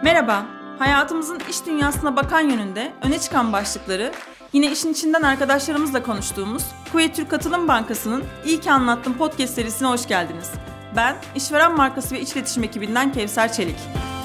Merhaba, hayatımızın iş dünyasına bakan yönünde öne çıkan başlıkları yine işin içinden arkadaşlarımızla konuştuğumuz Kuveyt Türk Katılım Bankası'nın İyi ki Anlattım podcast serisine hoş geldiniz. Ben, işveren markası ve iç iletişim ekibinden Kevser Çelik.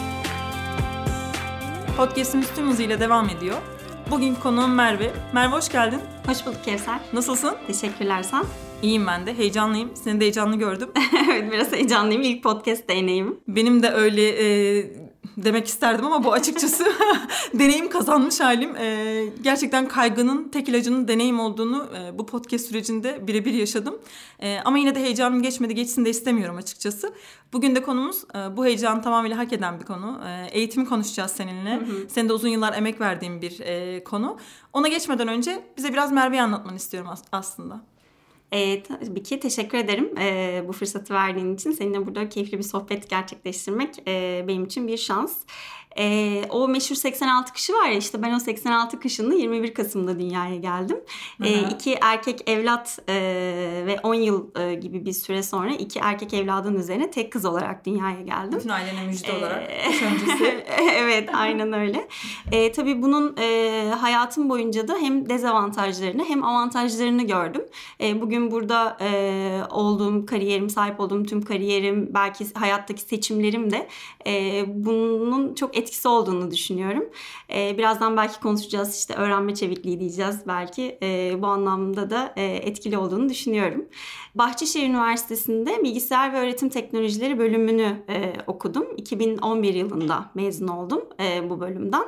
Podcast'imiz tüm hızıyla devam ediyor. Bugün konuğum Merve. Merve hoş geldin. Hoş bulduk Kevser. Nasılsın? Teşekkürler sen. İyiyim ben de. Heyecanlıyım. Seni de heyecanlı gördüm. Evet, biraz heyecanlıyım. İlk podcast deneyimim. Benim de öyle demek isterdim ama bu açıkçası deneyim kazanmış halim. Gerçekten kaygının tek ilacının deneyim olduğunu bu podcast sürecinde birebir yaşadım. Ama yine de heyecanım geçmedi, geçsin de istemiyorum açıkçası. Bugün de konumuz bu heyecanı tamamıyla hak eden bir konu. Eğitimi konuşacağız seninle. Senin de uzun yıllar emek verdiğin bir konu. Ona geçmeden önce bize biraz Merve'yi anlatmanı istiyorum aslında. Tabii ki teşekkür ederim bu fırsatı verdiğin için. Seninle burada keyifli bir sohbet gerçekleştirmek benim için bir şans. O meşhur 86 kışı var ya, işte ben o 86 kışında 21 Kasım'da dünyaya geldim. 2 erkek evlat ve 10 yıl gibi bir süre sonra 2 erkek evladın üzerine tek kız olarak dünyaya geldim. Bütün ailene müjde olarak. Öncesi. Evet, aynen öyle. Tabii bunun hayatım boyunca da hem dezavantajlarını hem avantajlarını gördüm. Bugün burada olduğum kariyerim, sahip olduğum tüm kariyerim, belki hayattaki seçimlerim de bunun çok etkisi olduğunu düşünüyorum. Birazdan belki konuşacağız, işte öğrenme çevikliği diyeceğiz belki. Bu anlamda da etkili olduğunu düşünüyorum. Bahçeşehir Üniversitesi'nde Bilgisayar ve Öğretim Teknolojileri bölümünü okudum. 2011 yılında mezun oldum bu bölümden.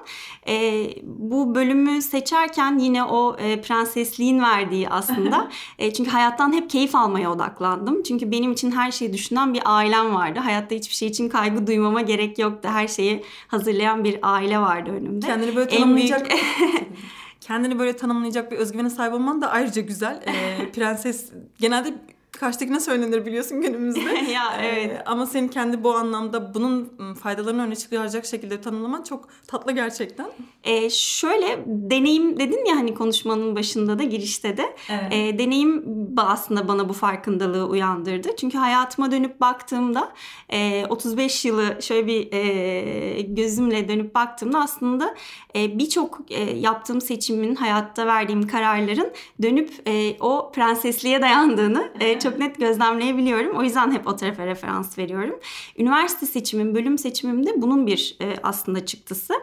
Bu bölümü seçerken yine o prensesliğin verdiği aslında. Çünkü hayattan hep keyif almaya odaklandım. Çünkü benim için her şeyi düşünen bir ailem vardı. Hayatta hiçbir şey için kaygı duymama gerek yoktu. Her şeyi hazırlayan bir aile vardı önümde. Kendini böyle tanımlayacak kendini böyle tanımlayacak bir özgüvene sahip olman da ayrıca güzel. Prenses genelde karşıdakine söylenir biliyorsun günümüzde. Ya evet. Ama senin kendi bu anlamda bunun faydalarını öne çıkaracak şekilde tanımlaman çok tatlı gerçekten. Şöyle deneyim dedin ya hani konuşmanın başında da, girişte de. Evet. Deneyim aslında bana bu farkındalığı uyandırdı. Çünkü hayatıma dönüp baktığımda 35 yılı şöyle bir gözümle dönüp baktığımda aslında birçok yaptığım seçimin, hayatta verdiğim kararların dönüp o prensesliğe dayandığını çok net gözlemleyebiliyorum. O yüzden hep o tarafa referans veriyorum. Üniversite seçimim, bölüm seçimim de bunun bir aslında çıktısı.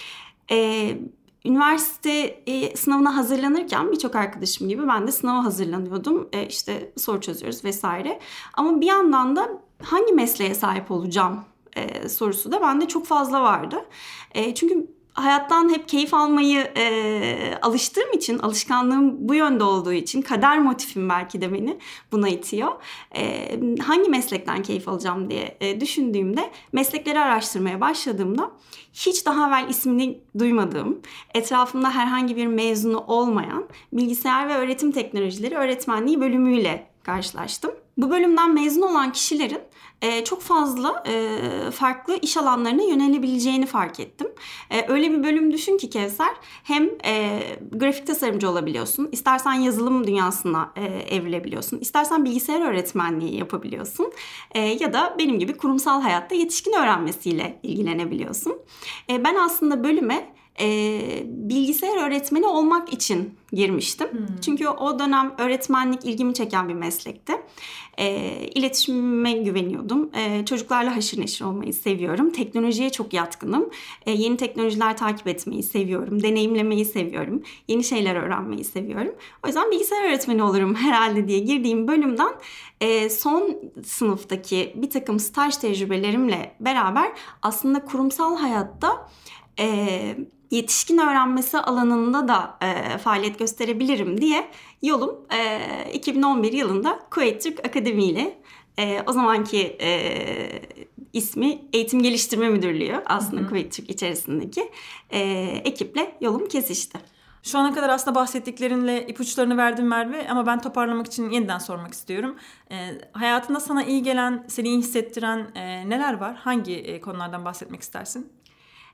Üniversite sınavına hazırlanırken birçok arkadaşım gibi ben de sınava hazırlanıyordum. İşte soru çözüyoruz vesaire. Ama bir yandan da hangi mesleğe sahip olacağım sorusu da bende çok fazla vardı. Çünkü hayattan hep keyif almayı alıştığım için, alışkanlığım bu yönde olduğu için, kader motifim belki de beni buna itiyor. Hangi meslekten keyif alacağım diye düşündüğümde, meslekleri araştırmaya başladığımda hiç daha evvel ismini duymadığım, etrafımda herhangi bir mezunu olmayan bilgisayar ve öğretim teknolojileri öğretmenliği bölümüyle karşılaştım. Bu bölümden mezun olan kişilerin çok fazla farklı iş alanlarına yönelebileceğini fark ettim. Öyle bir bölüm düşün ki Kevser, hem grafik tasarımcı olabiliyorsun, istersen yazılım dünyasına evrilebiliyorsun, istersen bilgisayar öğretmenliği yapabiliyorsun ya da benim gibi kurumsal hayatta yetişkin öğrenmesiyle ilgilenebiliyorsun. Ben aslında bölüme bilgisayar öğretmeni olmak için girmiştim. Çünkü o dönem öğretmenlik ilgimi çeken bir meslekti. İletişimime güveniyordum. Çocuklarla haşır neşir olmayı seviyorum. Teknolojiye çok yatkınım. Yeni teknolojiler takip etmeyi seviyorum. Deneyimlemeyi seviyorum. Yeni şeyler öğrenmeyi seviyorum. O yüzden bilgisayar öğretmeni olurum herhalde diye girdiğim bölümden son sınıftaki bir takım staj tecrübelerimle beraber aslında kurumsal hayatta yetişkin öğrenmesi alanında da faaliyet gösterebilirim diye yolum 2011 yılında Kuveyt Türk Akademi ile o zamanki ismi Eğitim Geliştirme Müdürlüğü aslında Kuveyt Türk içerisindeki ekiple yolum kesişti. Şu ana kadar aslında bahsettiklerinle ipuçlarını verdim Merve, ama ben toparlamak için yeniden sormak istiyorum. Hayatında sana iyi gelen, seni iyi hissettiren neler var? Hangi konulardan bahsetmek istersin?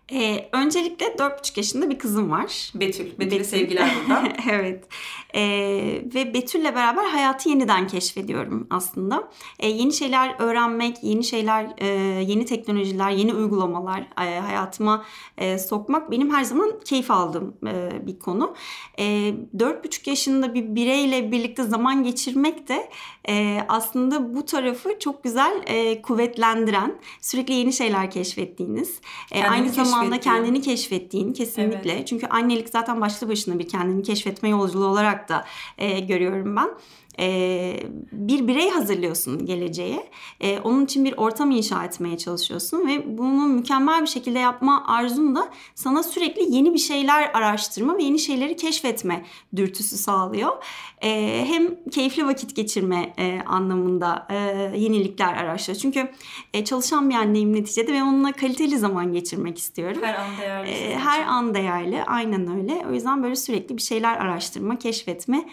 Öncelikle 4,5 yaşında bir kızım var. Betül'e sevgiler buradan. Evet. Ve Betül'le beraber hayatı yeniden keşfediyorum aslında. Yeni şeyler öğrenmek, yeni teknolojiler, yeni uygulamalar hayatıma sokmak benim her zaman keyif aldığım bir konu. 4,5 yaşında bir bireyle birlikte zaman geçirmek de aslında bu tarafı çok güzel kuvvetlendiren, sürekli yeni şeyler keşfettiğiniz, aynı zamanda kendini keşfettiğin, kesinlikle. Evet. Çünkü annelik zaten başlı başına bir kendini keşfetme yolculuğu olarak da görüyorum ben. Bir birey hazırlıyorsun geleceğe. Onun için bir ortam inşa etmeye çalışıyorsun ve bunu mükemmel bir şekilde yapma arzun da sana sürekli yeni bir şeyler araştırma ve yeni şeyleri keşfetme dürtüsü sağlıyor. Hem keyifli vakit geçirme anlamında yenilikler araştırıyor. Çünkü çalışan bir anneyim neticede ve onunla kaliteli zaman geçirmek istiyorum. Her an değerli. Her an değerli, aynen öyle. O yüzden böyle sürekli bir şeyler araştırma, keşfetme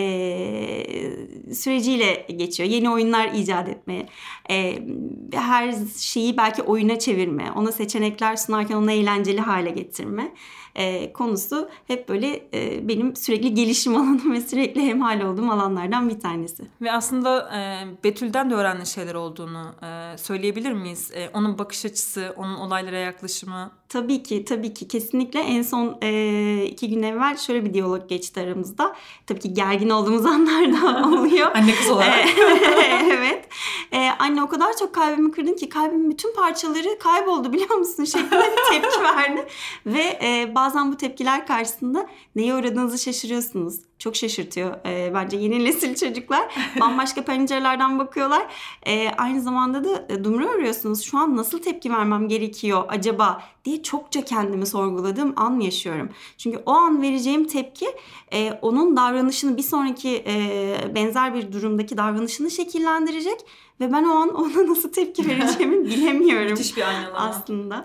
süreciyle geçiyor. Yeni oyunlar icat etme, her şeyi belki oyuna çevirme, ona seçenekler sunarken onu eğlenceli hale getirme konusu hep böyle benim sürekli gelişim alanım ve sürekli hemhal olduğum alanlardan bir tanesi. Ve aslında Betül'den de öğrendiğin şeyler olduğunu söyleyebilir miyiz? Onun bakış açısı, onun olaylara yaklaşımı. Tabii ki kesinlikle. En son 2 gün evvel şöyle bir diyalog geçti aramızda. Tabii ki gergin olduğumuz anlar da oluyor. Anne kız olarak. Evet. Anne o kadar çok kalbimi kırdın ki kalbimin bütün parçaları kayboldu biliyor musun şeklinde bir tepki verdi. Ve bazen bu tepkiler karşısında neye uğradığınızı şaşırıyorsunuz. Çok şaşırtıyor bence yeni nesil çocuklar. Bambaşka pencerelerden bakıyorlar. Aynı zamanda da dumura arıyorsunuz. Şu an nasıl tepki vermem gerekiyor acaba diye çokça kendimi sorguladığım an yaşıyorum. Çünkü o an vereceğim tepki onun davranışını bir sonraki benzer bir durumdaki davranışını şekillendirecek. Ve ben o an ona nasıl tepki vereceğimi bilemiyorum. Müthiş bir aynalama. Aslında.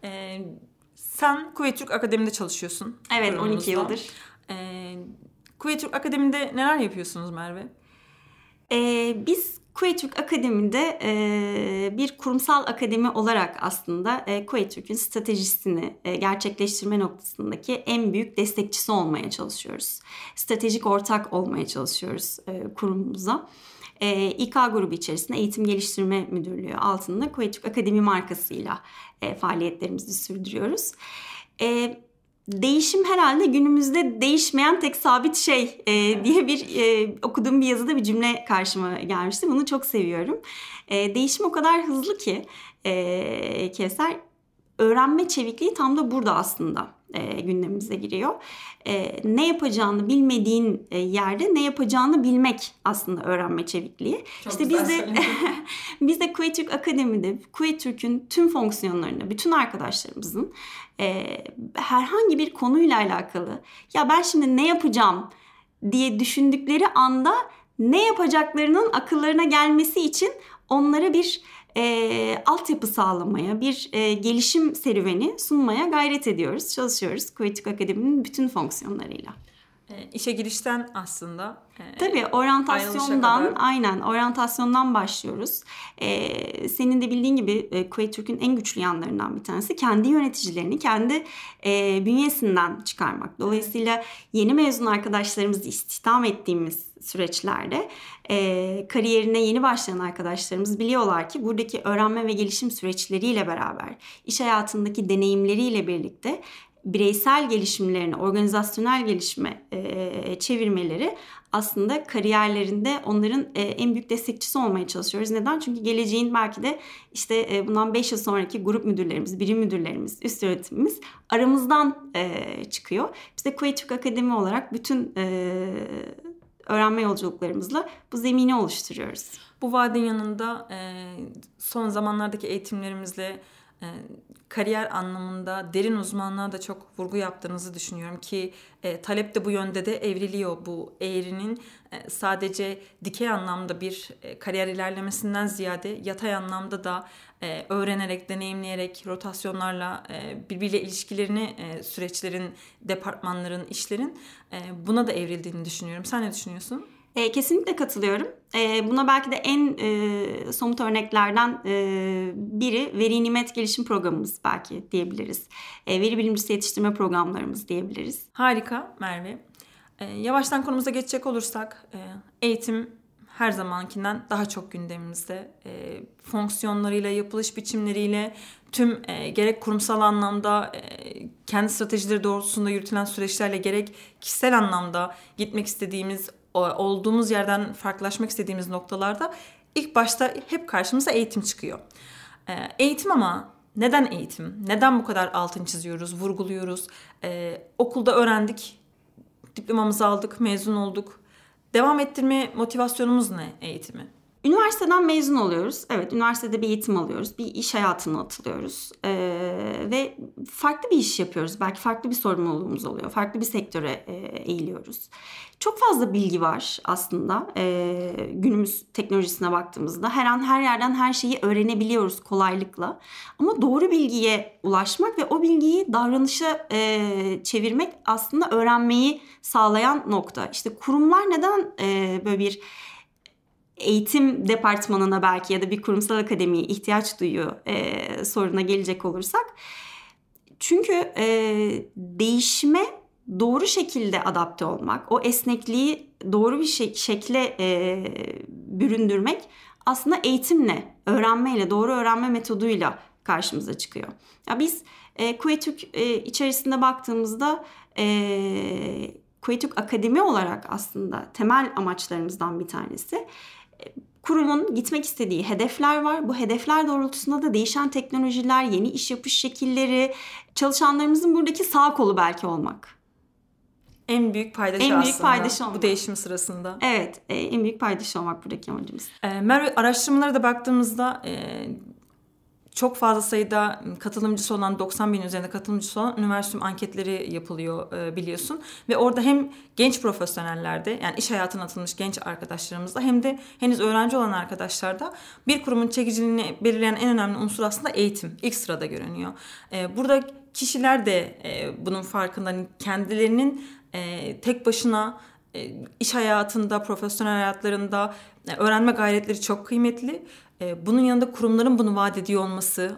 Sen Kuveyt Türk Akademi'de çalışıyorsun. Evet, 12 yıldır. Kuveyt Türk Akademi'de neler yapıyorsunuz Merve? Biz Kuveyt Türk Akademi'de bir kurumsal akademi olarak aslında Kuveyt Türk'ün stratejisini gerçekleştirme noktasındaki en büyük destekçisi olmaya çalışıyoruz. Stratejik ortak olmaya çalışıyoruz kurumumuza. İK grubu içerisinde Eğitim Geliştirme Müdürlüğü altında Kuveyt Türk Akademi markasıyla faaliyetlerimizi sürdürüyoruz. Değişim herhalde günümüzde değişmeyen tek sabit şey diye bir okuduğum bir yazıda bir cümle karşıma gelmişti. Bunu çok seviyorum. Değişim o kadar hızlı ki Kevser, öğrenme çevikliği tam da burada aslında gündemimize giriyor. Ne yapacağını bilmediğin yerde ne yapacağını bilmek aslında öğrenme çevikliği. Çok işte biz de Kuveyt Türk Akademi'de Kuveyt Türk'ün tüm fonksiyonlarını, bütün arkadaşlarımızın herhangi bir konuyla alakalı ya ben şimdi ne yapacağım diye düşündükleri anda ne yapacaklarının akıllarına gelmesi için onlara bir altyapı sağlamaya, bir gelişim serüveni sunmaya gayret ediyoruz, çalışıyoruz Kuveyt Türk Akademi'nin bütün fonksiyonlarıyla. İşe girişten aslında. Tabii oryantasyondan başlıyoruz. Senin de bildiğin gibi Kuveyt Türk'ün en güçlü yanlarından bir tanesi kendi yöneticilerini kendi bünyesinden çıkarmak. Dolayısıyla yeni mezun arkadaşlarımızı istihdam ettiğimiz süreçlerde kariyerine yeni başlayan arkadaşlarımız biliyorlar ki buradaki öğrenme ve gelişim süreçleriyle beraber iş hayatındaki deneyimleriyle birlikte bireysel gelişimlerini organizasyonel gelişime çevirmeleri aslında kariyerlerinde onların en büyük destekçisi olmaya çalışıyoruz. Neden? Çünkü geleceğin belki de işte bundan 5 yıl sonraki grup müdürlerimiz, birim müdürlerimiz, üst yönetimimiz aramızdan çıkıyor. Biz de Kuveyt Türk Akademi olarak bütün öğrenme yolculuklarımızla bu zemini oluşturuyoruz. Bu vaadin yanında son zamanlardaki eğitimlerimizle kariyer anlamında derin uzmanlığa da çok vurgu yaptığınızı düşünüyorum ki talep de bu yönde de evriliyor. Bu eğrinin sadece dikey anlamda bir kariyer ilerlemesinden ziyade yatay anlamda da öğrenerek, deneyimleyerek, rotasyonlarla birbiriyle ilişkilerini süreçlerin, departmanların, işlerin buna da evrildiğini düşünüyorum. Sen ne düşünüyorsun? Kesinlikle katılıyorum. Buna belki de en somut örneklerden biri veri nimet gelişim programımız belki diyebiliriz. Veri bilimcisi yetiştirme programlarımız diyebiliriz. Harika Merve. Yavaştan konumuza geçecek olursak eğitim her zamankinden daha çok gündemimizde. Fonksiyonlarıyla, yapılış biçimleriyle tüm gerek kurumsal anlamda kendi stratejileri doğrultusunda yürütülen süreçlerle gerek kişisel anlamda gitmek istediğimiz, olduğumuz yerden farklılaşmak istediğimiz noktalarda ilk başta hep karşımıza eğitim çıkıyor. Eğitim ama neden eğitim? Neden bu kadar altını çiziyoruz, vurguluyoruz? Okulda öğrendik, diplomamızı aldık, mezun olduk. Devam ettirme motivasyonumuz ne eğitimi? Üniversiteden mezun oluyoruz. Evet, üniversitede bir eğitim alıyoruz. Bir iş hayatına atılıyoruz. Ve farklı bir iş yapıyoruz. Belki farklı bir sorumluluğumuz oluyor. Farklı bir sektöre eğiliyoruz. Çok fazla bilgi var aslında. Günümüz teknolojisine baktığımızda her an her yerden her şeyi öğrenebiliyoruz kolaylıkla. Ama doğru bilgiye ulaşmak ve o bilgiyi davranışa çevirmek aslında öğrenmeyi sağlayan nokta. İşte kurumlar neden böyle bir eğitim departmanına belki ya da bir kurumsal akademiye ihtiyaç duyuyor soruna gelecek olursak. Çünkü değişime doğru şekilde adapte olmak, o esnekliği doğru bir şekle büründürmek aslında eğitimle, öğrenmeyle, doğru öğrenme metoduyla karşımıza çıkıyor. Ya biz Kuetürk içerisinde baktığımızda Kuetürk Akademi olarak aslında temel amaçlarımızdan bir tanesi. Kurumun gitmek istediği hedefler var. Bu hedefler doğrultusunda da değişen teknolojiler, yeni iş yapış şekilleri, çalışanlarımızın buradaki sağ kolu belki olmak. En büyük paydaşı aslında bu değişim sırasında. Evet, en büyük paydaşı olmak buradaki amacımız. Merve, araştırmalara da baktığımızda çok fazla sayıda katılımcısı olan, 90 bin üzerinde katılımcısı olan üniversite anketleri yapılıyor biliyorsun. Ve orada hem genç profesyonellerde, yani iş hayatına atılmış genç arkadaşlarımızda, hem de henüz öğrenci olan arkadaşlarda bir kurumun çekiciliğini belirleyen en önemli unsur aslında eğitim. İlk sırada görünüyor. Burada kişiler de bunun farkında, kendilerinin tek başına iş hayatında, profesyonel hayatlarında öğrenme gayretleri çok kıymetli. Bunun yanında kurumların bunu vaat ediyor olması,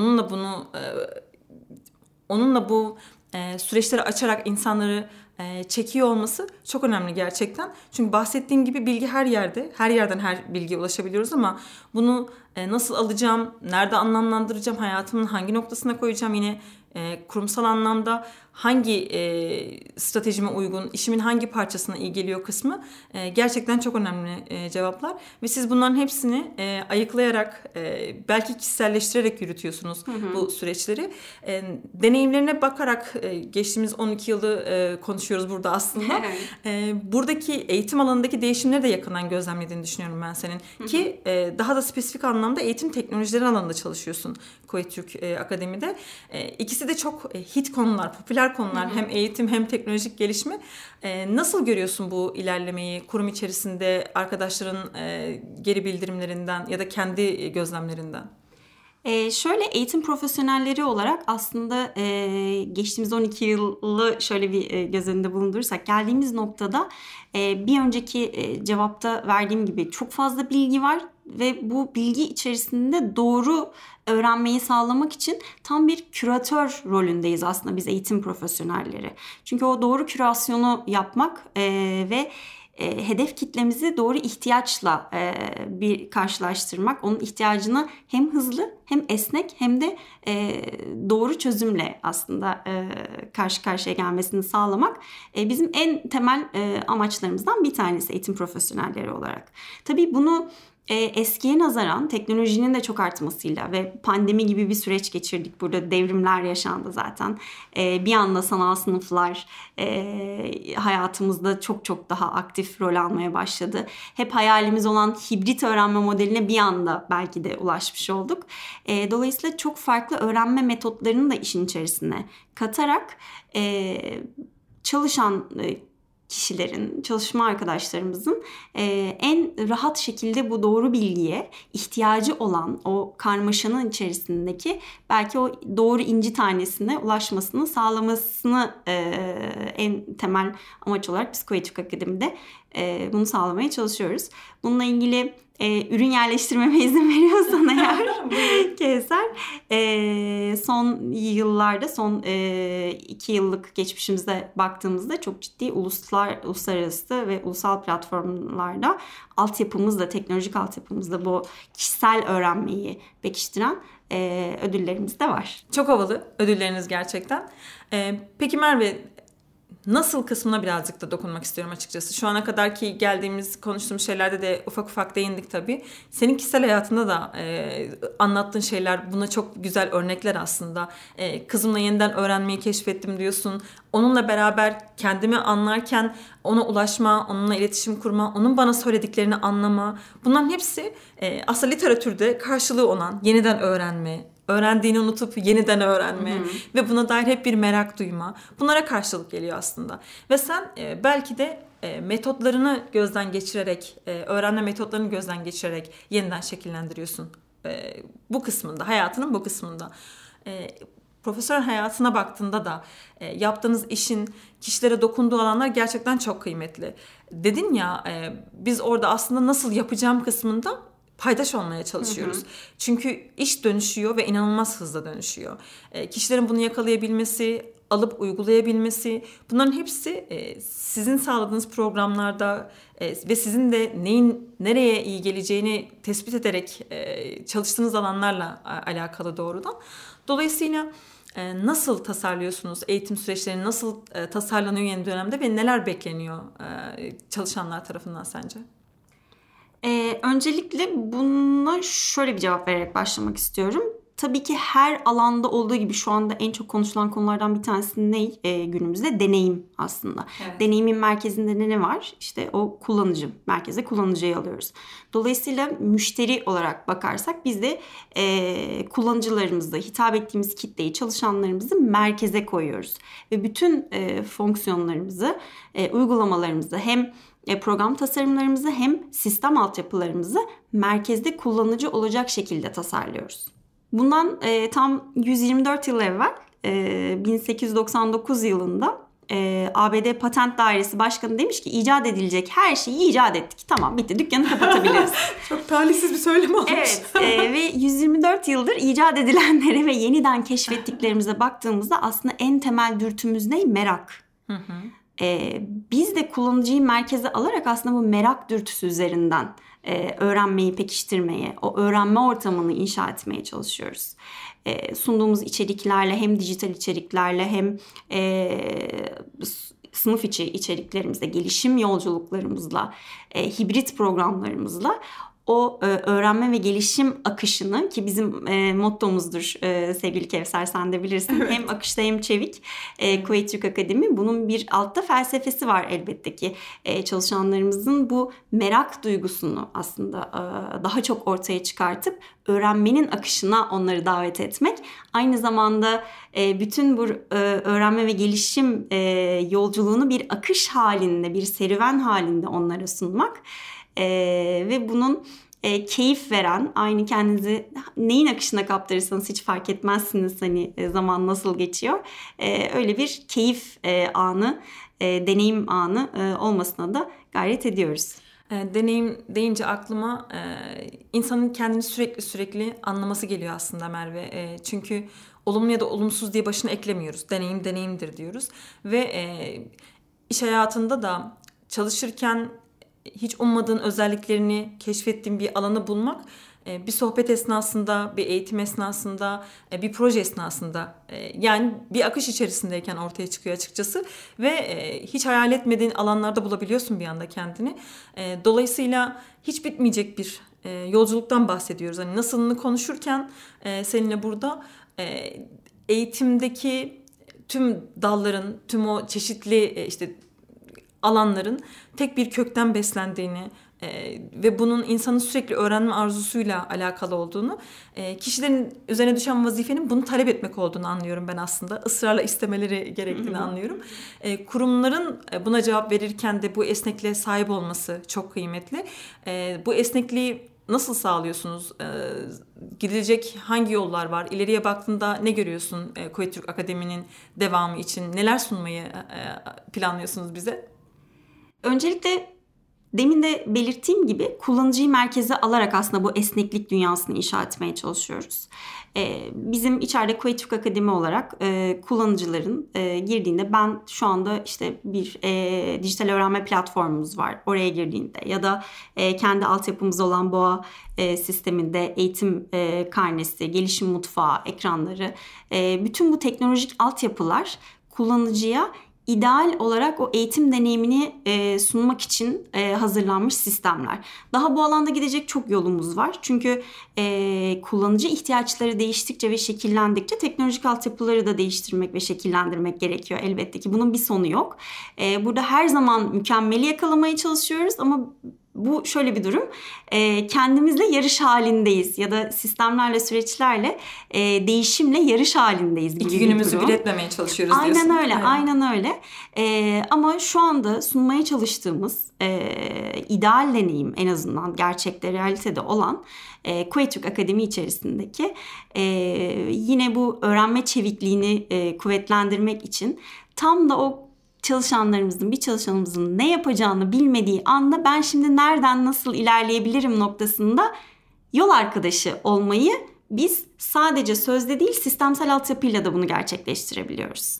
onunla bu süreçleri açarak insanları çekiyor olması çok önemli gerçekten. Çünkü bahsettiğim gibi bilgi her yerde, her yerden her bilgiye ulaşabiliyoruz ama bunu nasıl alacağım, nerede anlamlandıracağım, hayatımın hangi noktasına koyacağım, yine kurumsal anlamda hangi stratejime uygun, işimin hangi parçasına iyi geliyor kısmı gerçekten çok önemli cevaplar. Ve siz bunların hepsini ayıklayarak, belki kişiselleştirerek yürütüyorsunuz bu süreçleri. Deneyimlerine bakarak geçtiğimiz 12 yılı konuşuyoruz burada aslında. Buradaki eğitim alanındaki değişimleri de yakından gözlemlediğini düşünüyorum ben senin. Ki daha da spesifik anlamda eğitim teknolojileri alanında çalışıyorsun Kuetürk Akademi'de. İkisi de çok hit konular, popüler konular. Hem eğitim hem teknolojik gelişme. Nasıl görüyorsun bu ilerlemeyi kurum içerisinde, arkadaşların geri bildirimlerinden ya da kendi gözlemlerinden? Şöyle, eğitim profesyonelleri olarak aslında geçtiğimiz 12 yılı şöyle bir göz önünde bulundurursak, geldiğimiz noktada bir önceki cevapta verdiğim gibi çok fazla bilgi var ve bu bilgi içerisinde doğru öğrenmeyi sağlamak için tam bir küratör rolündeyiz aslında biz eğitim profesyonelleri. Çünkü o doğru kürasyonu yapmak ve hedef kitlemizi doğru ihtiyaçla bir karşılaştırmak, onun ihtiyacını hem hızlı hem esnek hem de doğru çözümle aslında karşı karşıya gelmesini sağlamak bizim en temel amaçlarımızdan bir tanesi eğitim profesyonelleri olarak. Tabii bunu eskiye nazaran teknolojinin de çok artmasıyla ve pandemi gibi bir süreç geçirdik. Burada devrimler yaşandı zaten. Bir anda sanal sınıflar hayatımızda çok çok daha aktif rol almaya başladı. Hep hayalimiz olan hibrit öğrenme modeline bir anda belki de ulaşmış olduk. Dolayısıyla çok farklı öğrenme metotlarını da işin içerisine katarak çalışan kişilerin, çalışma arkadaşlarımızın en rahat şekilde bu doğru bilgiye ihtiyacı olan o karmaşanın içerisindeki belki o doğru inci tanesine ulaşmasını sağlamasını en temel amaç olarak Psikoetik Akademi'de bunu sağlamaya çalışıyoruz. Bununla ilgili ürün yerleştirmeme izin veriyorsan eğer Kevser, son yıllarda, son 2 yıllık geçmişimize baktığımızda çok ciddi uluslararası ve ulusal platformlarda altyapımızda, teknolojik altyapımızda bu kişisel öğrenmeyi pekiştiren ödüllerimiz de var. Çok havalı ödülleriniz gerçekten. Peki Merve, nasıl kısmına birazcık da dokunmak istiyorum açıkçası. Şu ana kadarki konuştuğumuz şeylerde de ufak ufak değindik tabii. Senin kişisel hayatında da anlattığın şeyler buna çok güzel örnekler aslında. Kızımla yeniden öğrenmeyi keşfettim diyorsun. Onunla beraber kendimi anlarken ona ulaşma, onunla iletişim kurma, onun bana söylediklerini anlama. Bunların hepsi aslında literatürde karşılığı olan yeniden öğrenme, öğrendiğini unutup yeniden öğrenme ve buna dair hep bir merak duyma. Bunlara karşılık geliyor aslında. Ve sen belki de metotlarını gözden geçirerek, öğrenme metotlarını gözden geçirerek yeniden şekillendiriyorsun. Bu kısmında, hayatının bu kısmında. Profesyonel hayatına baktığında da yaptığınız işin kişilere dokunduğu alanlar gerçekten çok kıymetli. Dedin ya, biz orada aslında nasıl yapacağım kısmında paydaş olmaya çalışıyoruz. Çünkü iş dönüşüyor ve inanılmaz hızla dönüşüyor. Kişilerin bunu yakalayabilmesi, alıp uygulayabilmesi, bunların hepsi sizin sağladığınız programlarda ve sizin de neyin nereye iyi geleceğini tespit ederek çalıştığınız alanlarla alakalı doğrudan. Dolayısıyla nasıl tasarlıyorsunuz? Eğitim süreçleri nasıl tasarlanıyor yeni dönemde ve neler bekleniyor çalışanlar tarafından sence? Öncelikle buna şöyle bir cevap vererek başlamak istiyorum. Tabii ki her alanda olduğu gibi şu anda en çok konuşulan konulardan bir tanesi ne günümüzde? Deneyim aslında. Evet. Deneyimin merkezinde ne var? İşte o kullanıcı. Merkeze kullanıcıyı alıyoruz. Dolayısıyla müşteri olarak bakarsak biz de kullanıcılarımızı, hitap ettiğimiz kitleyi, çalışanlarımızı merkeze koyuyoruz. Ve bütün fonksiyonlarımızı, uygulamalarımızı hem program tasarımlarımızı hem sistem altyapılarımızı merkezde kullanıcı olacak şekilde tasarlıyoruz. Bundan tam 124 yıl evvel 1899 yılında ABD Patent Dairesi Başkanı demiş ki icat edilecek her şeyi icat ettik. Tamam, bitti, dükkanı kapatabiliriz. Çok talihsiz bir söylem olmuş. Evet ve 124 yıldır icat edilenlere ve yeniden keşfettiklerimize baktığımızda aslında en temel dürtümüz ne? Merak. Biz de kullanıcıyı merkeze alarak aslında bu merak dürtüsü üzerinden öğrenmeyi pekiştirmeye, o öğrenme ortamını inşa etmeye çalışıyoruz. Sunduğumuz içeriklerle hem dijital içeriklerle hem sınıf içi içeriklerimizle, gelişim yolculuklarımızla, hibrit programlarımızla o öğrenme ve gelişim akışını ki bizim mottomuzdur sevgili Kevser, sen de bilirsin. Evet. Hem akışta hem çevik. Kuveyt Türk Akademi bunun bir altta felsefesi var elbette ki. Çalışanlarımızın bu merak duygusunu aslında daha çok ortaya çıkartıp öğrenmenin akışına onları davet etmek. Aynı zamanda bütün bu öğrenme ve gelişim yolculuğunu bir akış halinde, bir serüven halinde onlara sunmak. Ve bunun keyif veren, aynı kendinizi neyin akışına kaptırırsanız hiç fark etmezsiniz hani zaman nasıl geçiyor. Öyle bir keyif anı, deneyim anı olmasına da gayret ediyoruz. Deneyim deyince aklıma insanın kendini sürekli anlaması geliyor aslında Merve. Çünkü olumlu ya da olumsuz diye başına eklemiyoruz. Deneyim deneyimdir diyoruz. Ve iş hayatında da çalışırken hiç ummadığın özelliklerini keşfettiğin bir alanı bulmak bir sohbet esnasında, bir eğitim esnasında, bir proje esnasında yani bir akış içerisindeyken ortaya çıkıyor açıkçası ve hiç hayal etmediğin alanlarda bulabiliyorsun bir anda kendini. Dolayısıyla hiç bitmeyecek bir yolculuktan bahsediyoruz. Hani nasılını konuşurken seninle burada eğitimdeki tüm dalların, tüm o çeşitli işte alanların tek bir kökten beslendiğini ve bunun insanın sürekli öğrenme arzusuyla alakalı olduğunu, kişilerin üzerine düşen vazifenin bunu talep etmek olduğunu anlıyorum ben aslında. Israrla istemeleri gerektiğini anlıyorum. Kurumların buna cevap verirken de bu esnekliğe sahip olması çok kıymetli. Bu esnekliği nasıl sağlıyorsunuz? Gidilecek hangi yollar var? İleriye baktığında ne görüyorsun Kuveyt Türk Akademi'nin devamı için? Neler sunmayı planlıyorsunuz bize? Öncelikle demin de belirttiğim gibi kullanıcıyı merkeze alarak aslında bu esneklik dünyasını inşa etmeye çalışıyoruz. Bizim içeride Kuveyt Türk Akademi olarak kullanıcıların girdiğinde, ben şu anda işte bir dijital öğrenme platformumuz var. Oraya girdiğinde ya da kendi altyapımız olan BOA sisteminde eğitim karnesi, gelişim mutfağı, ekranları, bütün bu teknolojik altyapılar kullanıcıya ideal olarak o eğitim deneyimini sunmak için hazırlanmış sistemler. Daha bu alanda gidecek çok yolumuz var. Çünkü kullanıcı ihtiyaçları değiştikçe ve şekillendikçe teknolojik altyapıları da değiştirmek ve şekillendirmek gerekiyor. Elbette ki bunun bir sonu yok. Burada her zaman mükemmeli yakalamaya çalışıyoruz ama bu şöyle bir durum. Kendimizle yarış halindeyiz ya da sistemlerle, süreçlerle değişimle yarış halindeyiz gibi İki günümüzü bir etmemeye çalışıyoruz diyorsun. Aynen öyle, aynen öyle. Ama şu anda sunmaya çalıştığımız ideal deneyim, en azından gerçekte, realitede olan Kuveyt Türk Akademi içerisindeki yine bu öğrenme çevikliğini kuvvetlendirmek için tam da o bir çalışanımızın ne yapacağını bilmediği anda ben şimdi nereden nasıl ilerleyebilirim noktasında yol arkadaşı olmayı biz sadece sözde değil, sistemsel altyapıyla da bunu gerçekleştirebiliyoruz.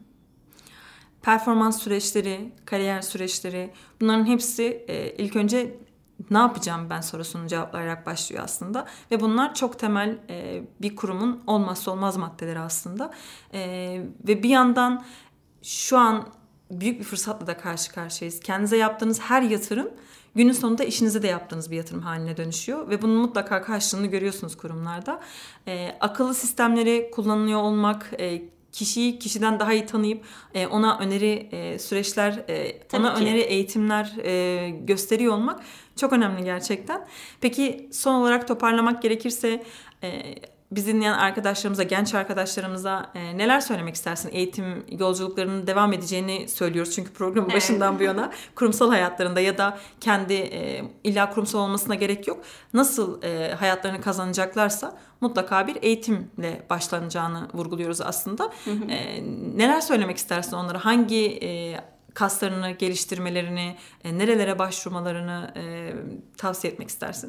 Performans süreçleri, kariyer süreçleri, bunların hepsi ilk önce ne yapacağım ben sorusunu cevaplayarak başlıyor aslında. Ve bunlar çok temel bir kurumun olmazsa olmaz maddeleri aslında. Ve bir yandan şu an büyük bir fırsatla da karşı karşıyayız. Kendinize yaptığınız her yatırım günün sonunda işinize de yaptığınız bir yatırım haline dönüşüyor. Ve bunun mutlaka karşılığını görüyorsunuz kurumlarda. Akıllı sistemleri kullanıyor olmak, kişiyi kişiden daha iyi tanıyıp ona öneri süreçler, ona öneri eğitimler gösteriyor olmak çok önemli gerçekten. Peki son olarak toparlamak gerekirse bizi dinleyen arkadaşlarımıza, genç arkadaşlarımıza neler söylemek istersin? Eğitim yolculuklarının devam edeceğini söylüyoruz. Çünkü programın başından bu yana kurumsal hayatlarında ya da kendi illa kurumsal olmasına gerek yok. Nasıl hayatlarını kazanacaklarsa mutlaka bir eğitimle başlanacağını vurguluyoruz aslında. Neler söylemek istersin onlara? Hangi kaslarını geliştirmelerini, nerelere başvurmalarını tavsiye etmek istersin?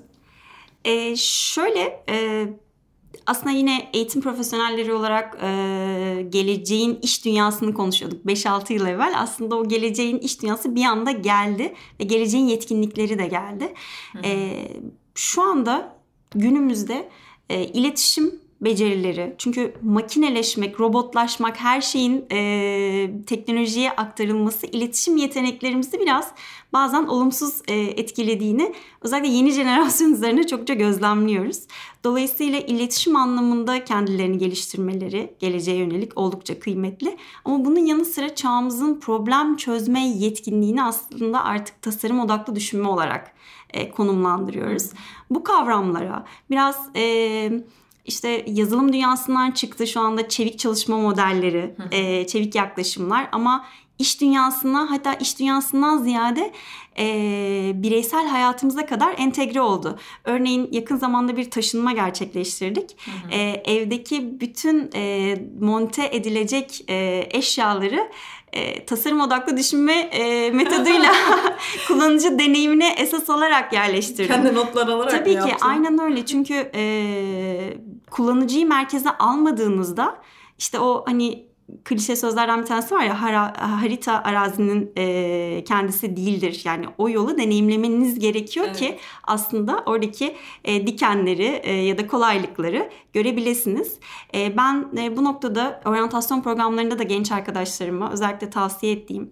Aslında yine eğitim profesyonelleri olarak geleceğin iş dünyasını konuşuyorduk 5-6 yıl evvel. Aslında o geleceğin iş dünyası bir anda geldi ve geleceğin yetkinlikleri de geldi. Şu anda günümüzde iletişim becerileri, çünkü makineleşmek, robotlaşmak, her şeyin teknolojiye aktarılması iletişim yeteneklerimizi biraz bazen olumsuz etkilediğini özellikle yeni jenerasyon üzerine çokça gözlemliyoruz. Dolayısıyla iletişim anlamında kendilerini geliştirmeleri geleceğe yönelik oldukça kıymetli. Ama bunun yanı sıra çağımızın problem çözme yetkinliğini aslında artık tasarım odaklı düşünme olarak konumlandırıyoruz. Bu kavramlara biraz İşte yazılım dünyasından çıktı şu anda çevik çalışma modelleri, çevik yaklaşımlar, ama iş dünyasına, hatta iş dünyasından ziyade bireysel hayatımıza kadar entegre oldu. Örneğin yakın zamanda bir taşınma gerçekleştirdik. Evdeki bütün monte edilecek eşyaları tasarım odaklı düşünme metoduyla kullanıcı deneyimine esas alarak yerleştirdim. Kendi notlar alarak Tabii ki yaptın? Aynen öyle. Çünkü kullanıcıyı merkeze almadığınızda işte o hani klişe sözlerden bir tanesi var ya, harita arazinin kendisi değildir. Yani o yolu deneyimlemeniz gerekiyor ki aslında oradaki dikenleri ya da kolaylıkları görebilirsiniz. Ben bu noktada oryantasyon programlarında da genç arkadaşlarıma özellikle tavsiye ettiğim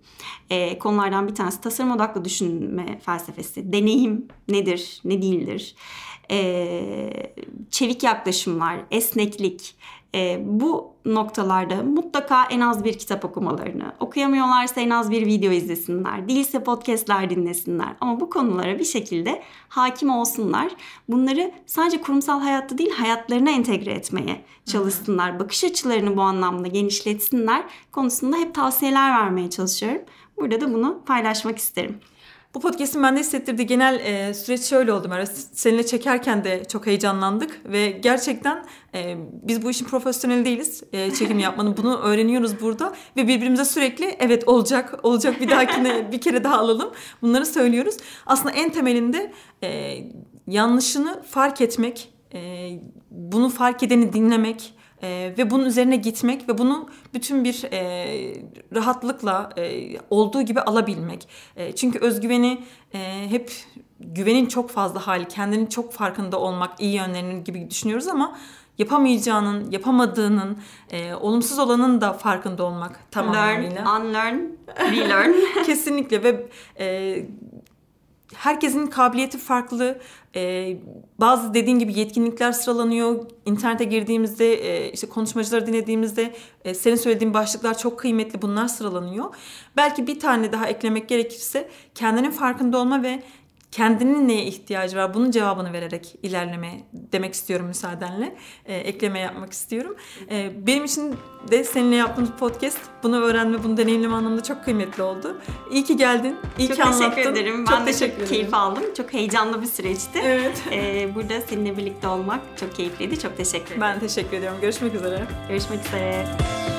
konulardan bir tanesi tasarım odaklı düşünme felsefesi. Deneyim nedir, ne değildir? çevik yaklaşımlar, esneklik, bu noktalarda mutlaka en az bir kitap okumalarını, okuyamıyorlarsa en az bir video izlesinler, değilse podcastler dinlesinler. Ama bu konulara bir şekilde hakim olsunlar. Bunları sadece kurumsal hayatta değil, hayatlarına entegre etmeye çalışsınlar. Bakış açılarını bu anlamda genişletsinler konusunda hep tavsiyeler vermeye çalışıyorum. Burada da bunu paylaşmak isterim. Bu podcast'in bende hissettirdiği genel süreç şöyle oldu Meral. Seninle çekerken de çok heyecanlandık ve gerçekten biz bu işin profesyoneli değiliz. Çekim yapmanın bunu öğreniyoruz burada ve birbirimize sürekli evet olacak bir dahakine bir kere daha alalım. Bunları söylüyoruz. Aslında en temelinde yanlışını fark etmek, bunu fark edeni dinlemek, ve bunun üzerine gitmek ve bunu bütün bir rahatlıkla olduğu gibi alabilmek. Çünkü özgüveni hep güvenin çok fazla hali, kendinin çok farkında olmak, iyi yönlerinin gibi düşünüyoruz ama yapamayacağının, yapamadığının, olumsuz olanın da farkında olmak tamamıyla. Learn, unlearn, relearn. Kesinlikle ve herkesin kabiliyeti farklı. Bazı dediğin gibi yetkinlikler sıralanıyor. İnternete girdiğimizde, işte konuşmacıları dinlediğimizde senin söylediğin başlıklar çok kıymetli. Bunlar sıralanıyor. Belki bir tane daha eklemek gerekirse kendinin farkında olma ve kendinin neye ihtiyacı var bunun cevabını vererek ilerleme demek istiyorum müsaadenle. Ekleme yapmak istiyorum. Benim için de seninle yaptığımız podcast bunu öğrenme, bunu deneyimleme anlamında çok kıymetli oldu. İyi ki geldin. İyi ki anlattın. Çok teşekkür ederim. Ben de çok keyif aldım. Çok heyecanlı bir süreçti. Evet. Burada seninle birlikte olmak çok keyifliydi. Çok teşekkür ederim. Ben teşekkür ediyorum. Görüşmek üzere. Görüşmek üzere.